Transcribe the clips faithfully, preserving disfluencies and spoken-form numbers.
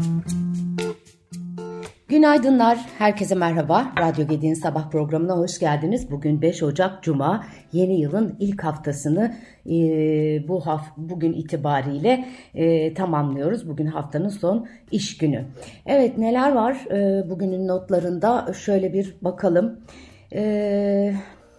Günaydınlar, herkese merhaba. Radyo Gedi'nin sabah programına hoş geldiniz. Bugün beş Ocak Cuma, yeni yılın ilk haftasını e, bu haf bugün itibariyle e, tamamlıyoruz. Bugün haftanın son iş günü. Evet, neler var e, bugünün notlarında? Şöyle bir bakalım. E,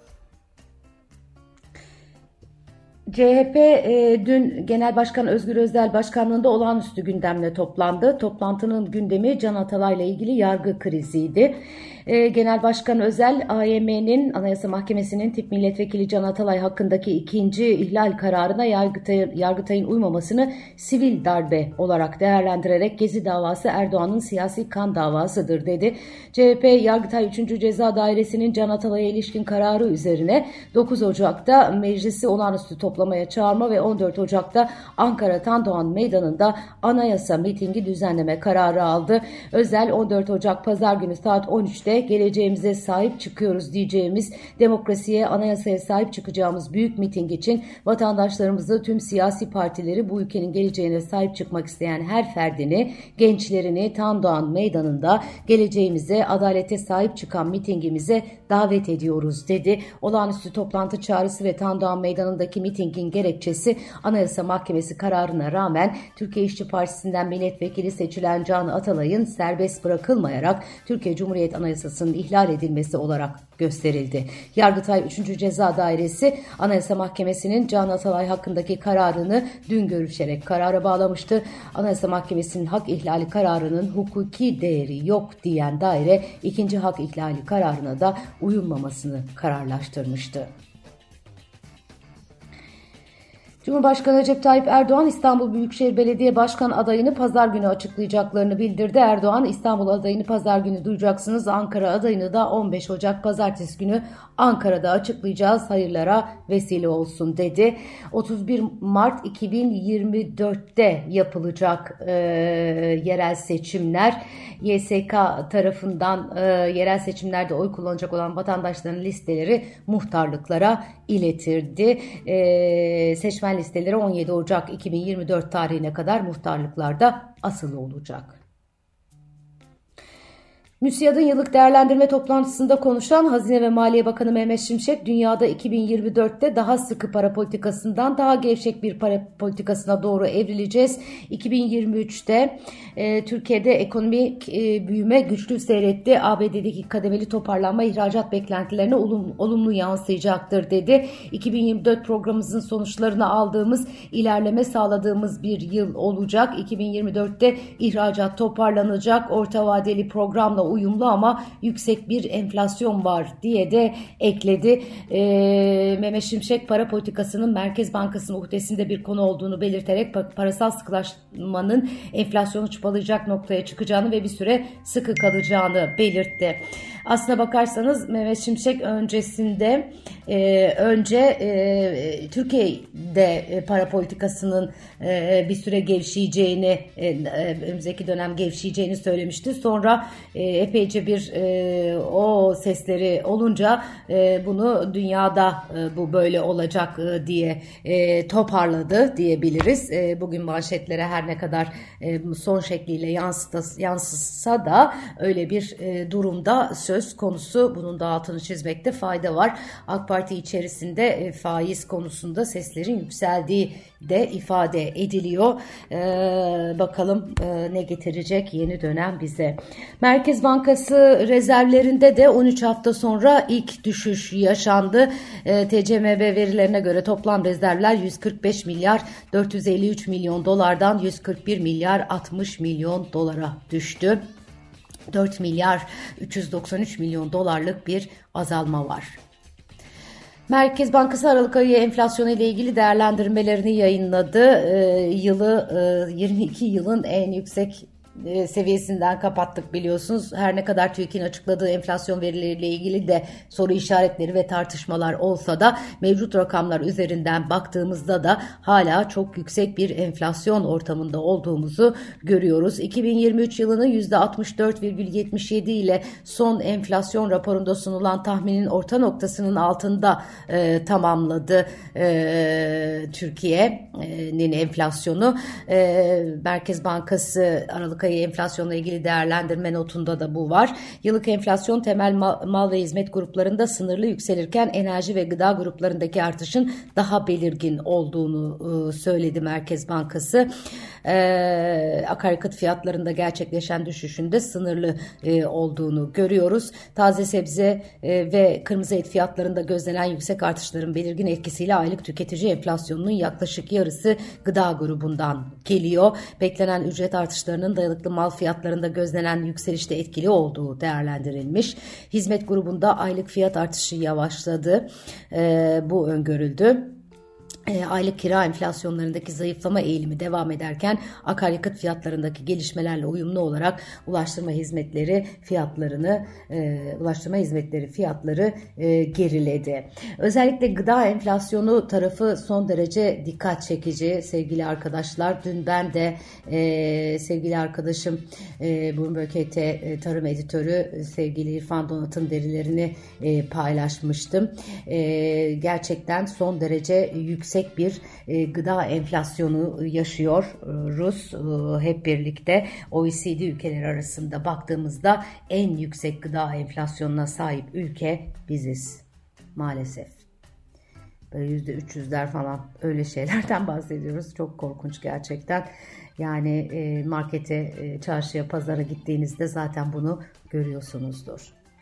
C H P e, dün Genel Başkan Özgür Özel başkanlığında olağanüstü gündemle toplandı. Toplantının gündemi Can Atalay'la ilgili yargı kriziydi. E, Genel Başkan Özel, A Y M'nin Anayasa Mahkemesi'nin tip milletvekili Can Atalay hakkındaki ikinci ihlal kararına Yargıtay, Yargıtay'ın uymamasını sivil darbe olarak değerlendirerek Gezi davası Erdoğan'ın siyasi kan davasıdır dedi. C H P, Yargıtay üçüncü Ceza Dairesi'nin Can Atalay'a ilişkin kararı üzerine dokuz Ocak'ta meclisi olağanüstü toplamaya çağırma ve on dört Ocak'ta Ankara Tandoğan Meydanı'nda anayasa mitingi düzenleme kararı aldı. Özel, on dört Ocak Pazar günü saat on üçte geleceğimize sahip çıkıyoruz diyeceğimiz, demokrasiye, anayasaya sahip çıkacağımız büyük miting için vatandaşlarımızı, tüm siyasi partileri, bu ülkenin geleceğine sahip çıkmak isteyen her ferdini, gençlerini Tandoğan Meydanı'nda geleceğimize, adalete sahip çıkan mitingimize davet ediyoruz dedi. Olağanüstü toplantı çağrısı ve Tandoğan Meydanı'ndaki mitingin gerekçesi, Anayasa Mahkemesi kararına rağmen Türkiye İşçi Partisi'nden milletvekili seçilen Can Atalay'ın serbest bırakılmayarak Türkiye Cumhuriyet Anayasası'nın ihlal edilmesi olarak gösterildi. Yargıtay üçüncü Ceza Dairesi, Anayasa Mahkemesi'nin Can Atalay hakkındaki kararını dün görüşerek karara bağlamıştı. Anayasa Mahkemesi'nin hak ihlali kararının hukuki değeri yok diyen daire, ikinci hak ihlali kararına da uyulmamasını kararlaştırmıştı. Cumhurbaşkanı Recep Tayyip Erdoğan, İstanbul Büyükşehir Belediye Başkan adayını pazar günü açıklayacaklarını bildirdi. Erdoğan, İstanbul adayını pazar günü duyacaksınız, Ankara adayını da on beş Ocak Pazartesi günü Ankara'da açıklayacağız, hayırlara vesile olsun dedi. otuz bir Mart iki bin yirmi dörtte yapılacak e, yerel seçimler. Y S K tarafından e, yerel seçimlerde oy kullanacak olan vatandaşların listeleri muhtarlıklara iletildi. E, seçmen listeleri on yedi Ocak iki bin yirmi dört tarihine kadar muhtarlıklarda asılı olacak. MÜSİAD'ın yıllık değerlendirme toplantısında konuşan Hazine ve Maliye Bakanı Mehmet Şimşek, dünyada iki bin yirmi dörtte daha sıkı para politikasından daha gevşek bir para politikasına doğru evrileceğiz. iki bin yirmi üçte e, Türkiye'de ekonomik e, büyüme güçlü seyretti. A B D'deki kademeli toparlanma ihracat beklentilerine olum, olumlu yansıyacaktır dedi. iki bin yirmi dört programımızın sonuçlarını aldığımız, ilerleme sağladığımız bir yıl olacak. iki bin yirmi dörtte ihracat toparlanacak. Orta vadeli programla uyumlu ama yüksek bir enflasyon var diye de ekledi. Ee, Mehmet Şimşek, para politikasının Merkez Bankası'nın uhdesinde bir konu olduğunu belirterek parasal sıkılaşmanın enflasyonu çıpalayacak noktaya çıkacağını ve bir süre sıkı kalacağını belirtti. Aslına bakarsanız Mehmet Şimşek öncesinde e, önce e, Türkiye'de e, para politikasının e, bir süre gevşeyeceğini, e, önümüzdeki dönem gevşeyeceğini söylemişti. Sonra e, epeyce bir e, o sesleri olunca e, bunu dünyada e, bu böyle olacak e, diye e, toparladı diyebiliriz. E, bugün manşetlere her ne kadar e, son şekliyle yansıta, yansısa da öyle bir e, durumda söz konusu. Bunun da altını çizmekte fayda var. AK Parti içerisinde e, faiz konusunda seslerin yükseldiği de ifade ediliyor. Ee, bakalım e, ne getirecek yeni dönem bize. Merkez Bankası rezervlerinde de on üç hafta sonra ilk düşüş yaşandı. E, T C M B verilerine göre toplam rezervler yüz kırk beş milyar dört yüz elli üç milyon dolardan yüz kırk bir milyar altmış milyon dolara düştü. dört milyar üç yüz doksan üç milyon dolarlık bir azalma var. Merkez Bankası Aralık ayı enflasyonu ile ilgili değerlendirmelerini yayınladı. Ee, yılı e, yirmi iki yılın en yüksek seviyesinden kapattık biliyorsunuz. Her ne kadar TÜİK'in açıkladığı enflasyon verileriyle ilgili de soru işaretleri ve tartışmalar olsa da mevcut rakamlar üzerinden baktığımızda da hala çok yüksek bir enflasyon ortamında olduğumuzu görüyoruz. iki bin yirmi üç yılının yüzde altmış dört virgül yetmiş yedi ile son enflasyon raporunda sunulan tahminin orta noktasının altında e, tamamladı e, Türkiye'nin enflasyonu. E, Merkez Bankası Aralık ayı enflasyonla ilgili değerlendirme notunda da bu var. Yıllık enflasyon temel mal, mal ve hizmet gruplarında sınırlı yükselirken enerji ve gıda gruplarındaki artışın daha belirgin olduğunu e, söyledi Merkez Bankası. E, akaryakıt fiyatlarında gerçekleşen düşüşünde sınırlı e, olduğunu görüyoruz. Taze sebze e, ve kırmızı et fiyatlarında gözlenen yüksek artışların belirgin etkisiyle aylık tüketici enflasyonunun yaklaşık yarısı gıda grubundan geliyor. Beklenen ücret artışlarının dayanıklı mal fiyatlarında gözlenen yükselişte etkili olduğu değerlendirilmiş. Hizmet grubunda aylık fiyat artışı yavaşladı. E, bu öngörüldü. E, aylık kira enflasyonlarındaki zayıflama eğilimi devam ederken akaryakıt fiyatlarındaki gelişmelerle uyumlu olarak ulaştırma hizmetleri fiyatlarını e, ulaştırma hizmetleri fiyatları e, geriledi. Özellikle gıda enflasyonu tarafı son derece dikkat çekici sevgili arkadaşlar. Dün ben de e, sevgili arkadaşım e, Bloomberg H T e, tarım editörü sevgili İrfan Donat'ın verilerini e, paylaşmıştım. E, gerçekten son derece yüksek bir e, gıda enflasyonu yaşıyoruz e, hep birlikte. O E C D ülkeleri arasında baktığımızda en yüksek gıda enflasyonuna sahip ülke biziz maalesef. Böyle yüzde üç yüzler falan öyle şeylerden bahsediyoruz. Çok korkunç gerçekten. Yani e, markete, e, çarşıya, pazara gittiğinizde zaten bunu görüyorsunuzdur.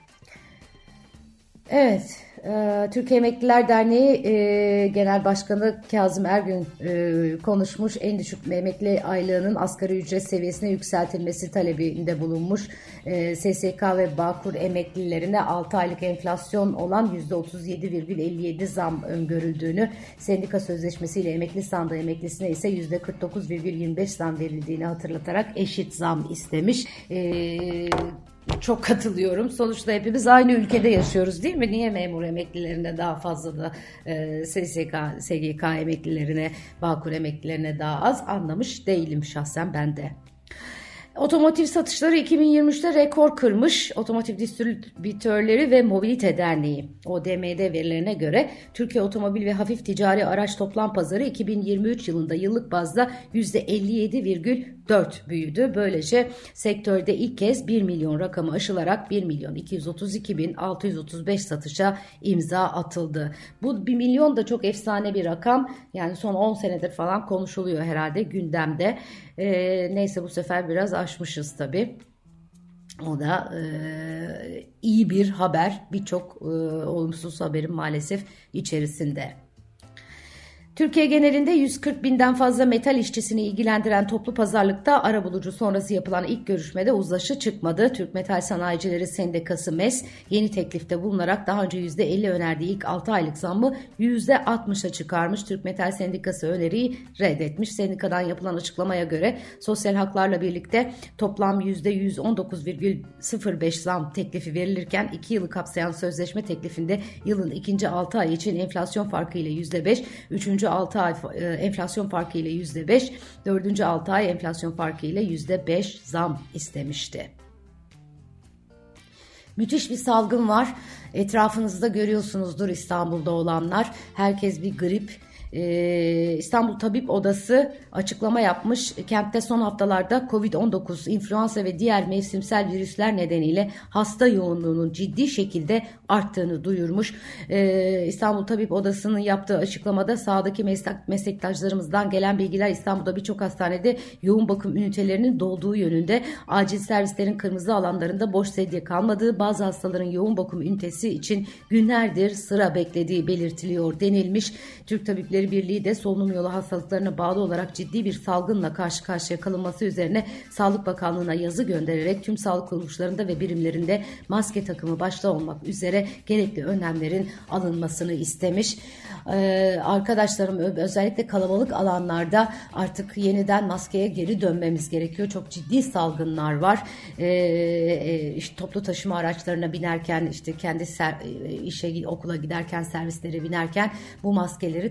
Evet, e, Türkiye Emekliler Derneği e, Genel Başkanı Kazım Ergün e, konuşmuş. En düşük emekli aylığının asgari ücret seviyesine yükseltilmesi talebinde bulunmuş. E, S S K ve Bağkur emeklilerine altı aylık enflasyon olan yüzde otuz yedi virgül elli yedi zam öngörüldüğünü, sendika sözleşmesiyle emekli sandığı emeklisine ise yüzde kırk dokuz virgül yirmi beş zam verildiğini hatırlatarak eşit zam istemiş. E, Çok katılıyorum. Sonuçta hepimiz aynı ülkede yaşıyoruz değil mi? Niye memur emeklilerine daha fazla da e, S S K, S G K emeklilerine, Bağkur emeklilerine daha az anlamış değilim şahsen ben de. Otomotiv satışları iki bin yirmi üçte rekor kırmış. Otomotiv Distribütörleri ve Mobilite Derneği O D M D verilerine göre Türkiye otomobil ve hafif ticari araç toplam pazarı iki bin yirmi üç yılında yıllık bazda yüzde elli yedi virgül dört büyüdü. Böylece sektörde ilk kez bir milyon rakamı aşılarak bir milyon iki yüz otuz iki bin altı yüz otuz beş satışa imza atıldı. Bu bir milyon da çok efsane bir rakam. Yani son on senedir falan konuşuluyor herhalde gündemde. Ee, neyse bu sefer biraz aşmışız tabii. O da e, iyi bir haber. Birçok e, olumsuz haberin maalesef içerisinde. Türkiye genelinde yüz kırk binden fazla metal işçisini ilgilendiren toplu pazarlıkta arabulucu sonrası yapılan ilk görüşmede uzlaşı çıkmadı. Türk Metal Sanayicileri Sendikası MES yeni teklifte bulunarak daha önce yüzde elli önerdiği ilk altı aylık zammı yüzde altmışa çıkarmış. Türk Metal Sendikası öneriyi reddetmiş. Sendikadan yapılan açıklamaya göre sosyal haklarla birlikte toplam yüzde yüz on dokuz virgül sıfır beş zam teklifi verilirken iki yılı kapsayan sözleşme teklifinde yılın ikinci altı ay için enflasyon farkı ile yüzde beş, üçüncü altı ay enflasyon farkı ile yüzde beş, dördüncü altı ay enflasyon farkı ile yüzde beş zam istemişti. Müthiş bir salgın var. Etrafınızda görüyorsunuzdur İstanbul'da olanlar. Herkes bir grip. Ee, İstanbul Tabip Odası açıklama yapmış. Kentte son haftalarda kovid on dokuz, influenza ve diğer mevsimsel virüsler nedeniyle hasta yoğunluğunun ciddi şekilde arttığını duyurmuş. Ee, İstanbul Tabip Odası'nın yaptığı açıklamada sahadaki meslek, meslektaşlarımızdan gelen bilgiler İstanbul'da birçok hastanede yoğun bakım ünitelerinin dolduğu yönünde, acil servislerin kırmızı alanlarında boş sedye kalmadığı, bazı hastaların yoğun bakım ünitesi için günlerdir sıra beklediği belirtiliyor denilmiş. Türk Tabipleri Birliği de solunum yolu hastalıklarına bağlı olarak ciddi bir salgınla karşı karşıya kalınması üzerine Sağlık Bakanlığı'na yazı göndererek tüm sağlık kuruluşlarında ve birimlerinde maske takımı başta olmak üzere gerekli önlemlerin alınmasını istemiş. Ee, arkadaşlarım özellikle kalabalık alanlarda artık yeniden maskeye geri dönmemiz gerekiyor. Çok ciddi salgınlar var. Ee, işte toplu taşıma araçlarına binerken, işte kendi ser, işe okula giderken, servislere binerken bu maskeleri takmak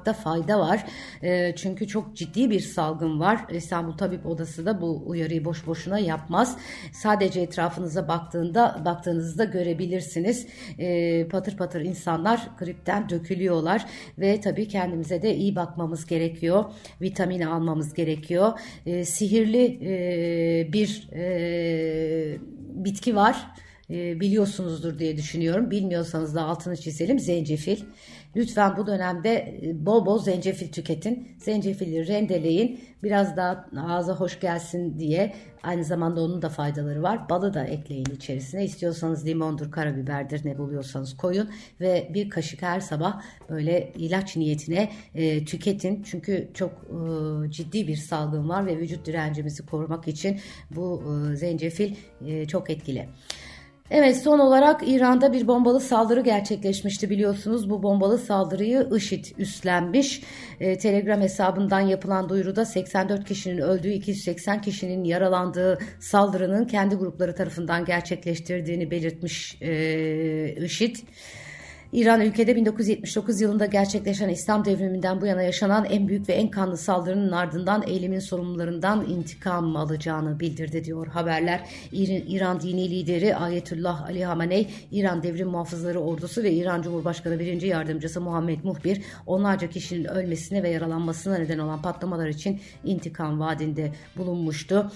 almakta fayda var. E, çünkü çok ciddi bir salgın var. İstanbul Tabip Odası da bu uyarıyı boş boşuna yapmaz. Sadece etrafınıza baktığında baktığınızda görebilirsiniz. E, patır patır insanlar gripten dökülüyorlar ve tabii kendimize de iyi bakmamız gerekiyor. Vitamin almamız gerekiyor. E, sihirli e, bir e, bitki var. E, biliyorsunuzdur diye düşünüyorum. Bilmiyorsanız da altını çizelim. Zencefil. Lütfen bu dönemde bol bol zencefil tüketin. Zencefili rendeleyin. Biraz daha ağza hoş gelsin diye. Aynı zamanda onun da faydaları var. Balı da ekleyin içerisine. İstiyorsanız limondur, karabiberdir, ne buluyorsanız koyun. Ve bir kaşık her sabah böyle ilaç niyetine e, tüketin. Çünkü çok e, ciddi bir salgın var ve vücut direncimizi korumak için bu e, zencefil e, çok etkili. Evet, son olarak İran'da bir bombalı saldırı gerçekleşmişti biliyorsunuz. Bu bombalı saldırıyı IŞİD üstlenmiş. E, Telegram hesabından yapılan duyuruda seksen dört kişinin öldüğü, iki yüz seksen kişinin yaralandığı saldırının kendi grupları tarafından gerçekleştirdiğini belirtmiş e, IŞİD. İran ülkede bin dokuz yüz yetmiş dokuz yılında gerçekleşen İslam devriminden bu yana yaşanan en büyük ve en kanlı saldırının ardından eylemin sorumlularından intikam alacağını bildirdi diyor haberler. İran dini lideri Ayetullah Ali Hamenei, İran Devrim Muhafızları Ordusu ve İran Cumhurbaşkanı birinci Yardımcısı Muhammed Muhbir onlarca kişinin ölmesine ve yaralanmasına neden olan patlamalar için intikam vaadinde bulunmuştu.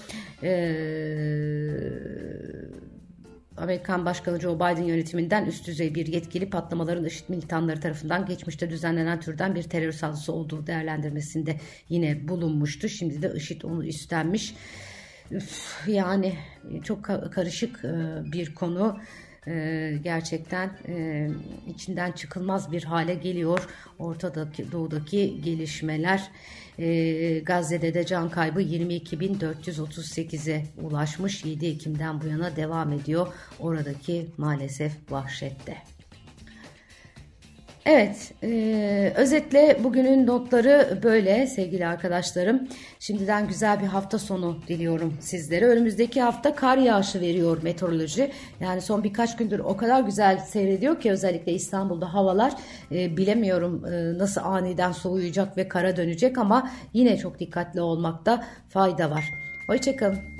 Eee... Amerikan Başkanı Joe Biden yönetiminden üst düzey bir yetkili patlamaların IŞİD militanları tarafından geçmişte düzenlenen türden bir terör saldırısı olduğu değerlendirmesinde yine bulunmuştu. Şimdi de IŞİD onu üstlenmiş. Üf, yani çok karışık bir konu. Ee, gerçekten e, içinden çıkılmaz bir hale geliyor Ortadaki Doğu'daki gelişmeler. e, Gazze'de de can kaybı yirmi iki bin dört yüz otuz sekize ulaşmış. yedi Ekim'den bu yana devam ediyor oradaki maalesef vahşette. Evet, e, özetle bugünün notları böyle sevgili arkadaşlarım. Şimdiden güzel bir hafta sonu diliyorum sizlere. Önümüzdeki hafta kar yağışı veriyor meteoroloji. Yani son birkaç gündür o kadar güzel seyrediyor ki özellikle İstanbul'da havalar. E, bilemiyorum e, nasıl aniden soğuyacak ve kara dönecek ama yine çok dikkatli olmakta fayda var. Hoşça kalın.